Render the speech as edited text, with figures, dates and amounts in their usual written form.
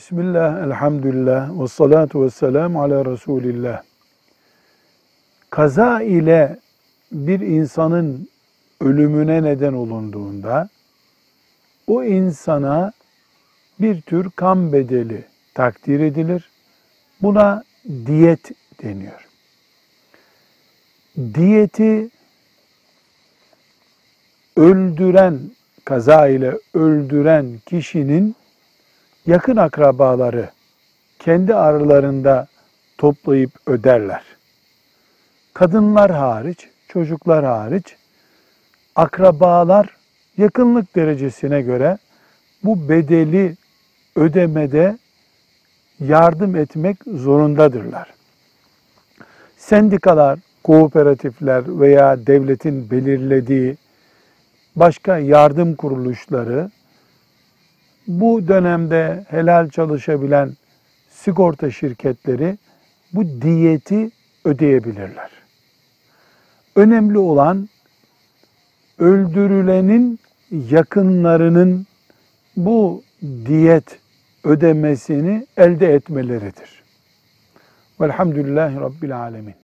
Bismillah, elhamdülillah, ve salatu ve selamu ala Resulillah. Kaza ile bir insanın ölümüne neden olunduğunda, o insana bir tür kan bedeli takdir edilir. Buna diyet deniyor. Diyeti kaza ile öldüren kişinin yakın akrabaları kendi aralarında toplayıp öderler. Kadınlar hariç, çocuklar hariç, akrabalar yakınlık derecesine göre bu bedeli ödemede yardım etmek zorundadırlar. Sendikalar, kooperatifler veya devletin belirlediği başka yardım kuruluşları bu dönemde helal çalışabilen sigorta şirketleri bu diyeti ödeyebilirler. Önemli olan öldürülenin yakınlarının bu diyet ödemesini elde etmeleridir. Velhamdülillahi Rabbil alemin.